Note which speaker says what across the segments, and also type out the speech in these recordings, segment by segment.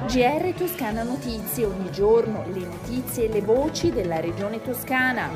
Speaker 1: GR Toscana Notizie, ogni giorno le notizie e le voci della regione toscana.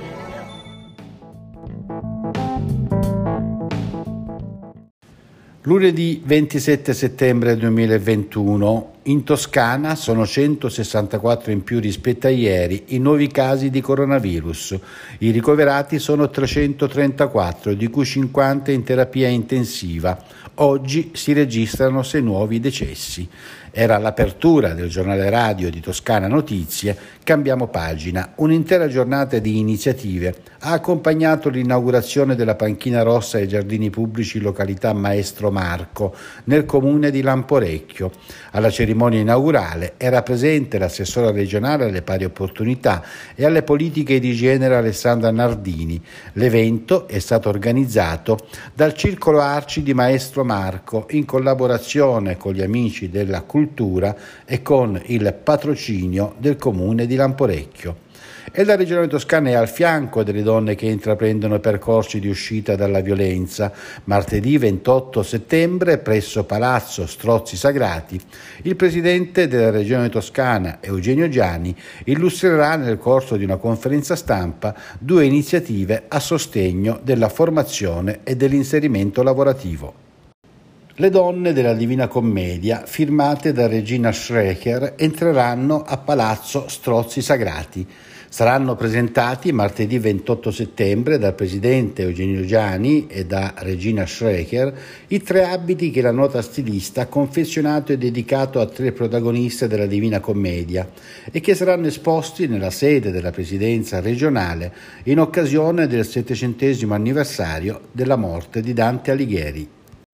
Speaker 2: Lunedì 27 settembre 2021. In Toscana sono 164 in più rispetto a ieri i nuovi casi di coronavirus. I ricoverati sono 334, di cui 50 in terapia intensiva. Oggi si registrano 6 nuovi decessi. Era l'apertura del giornale radio di Toscana Notizie. Cambiamo pagina. Un'intera giornata di iniziative ha accompagnato l'inaugurazione della panchina rossa ai giardini pubblici località Maestro Marco nel comune di Lamporecchio. Alla cerimonia inaugurale era presente l'assessora regionale alle pari opportunità e alle politiche di genere Alessandra Nardini. L'evento è stato organizzato dal Circolo Arci di Maestro Marco in collaborazione con gli amici della cultura e con il patrocinio del comune di Lamporecchio. E la regione toscana è al fianco delle donne che intraprendono percorsi di uscita dalla violenza. Martedì 28 settembre, presso Palazzo Strozzi Sagrati, il presidente della regione toscana, Eugenio Giani, illustrerà nel corso di una conferenza stampa 2 iniziative a sostegno della formazione e dell'inserimento lavorativo. Le donne della Divina Commedia, firmate da Regina Schreker, entreranno a Palazzo Strozzi Sagrati. Saranno presentati martedì 28 settembre dal presidente Eugenio Giani e da Regina Schreker i 3 abiti che la nota stilista ha confezionato e dedicato a 3 protagoniste della Divina Commedia e che saranno esposti nella sede della presidenza regionale in occasione del 700° anniversario della morte di Dante Alighieri.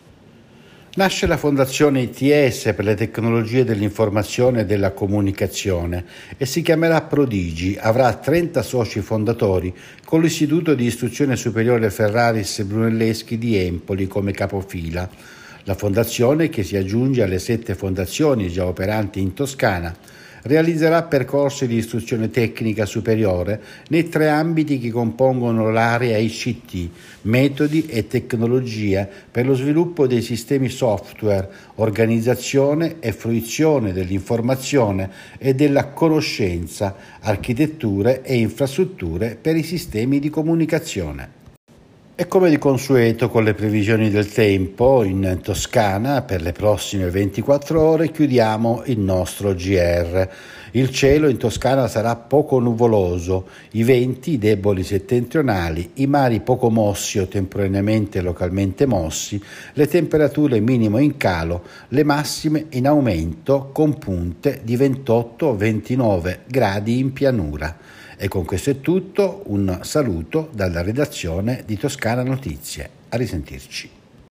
Speaker 2: Nasce la Fondazione ITS per le tecnologie dell'informazione e della comunicazione e si chiamerà Prodigi, avrà 30 soci fondatori con l'Istituto di Istruzione Superiore Ferraris Brunelleschi di Empoli come capofila. La fondazione, che si aggiunge alle 7 fondazioni già operanti in Toscana, realizzerà percorsi di istruzione tecnica superiore nei 3 ambiti che compongono l'area ICT, metodi e tecnologie per lo sviluppo dei sistemi software, organizzazione e fruizione dell'informazione e della conoscenza, architetture e infrastrutture per i sistemi di comunicazione. E come di consueto con le previsioni del tempo, in Toscana per le prossime 24 ore chiudiamo il nostro GR. Il cielo in Toscana sarà poco nuvoloso, i venti deboli settentrionali, i mari poco mossi o temporaneamente localmente mossi, le temperature minime in calo, le massime in aumento con punte di 28-29 gradi in pianura. E con questo è tutto, un saluto dalla redazione di Toscana Notizie. A risentirci.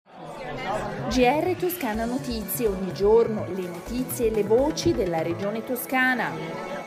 Speaker 1: GR Toscana Notizie, ogni giorno le notizie e le voci della regione toscana.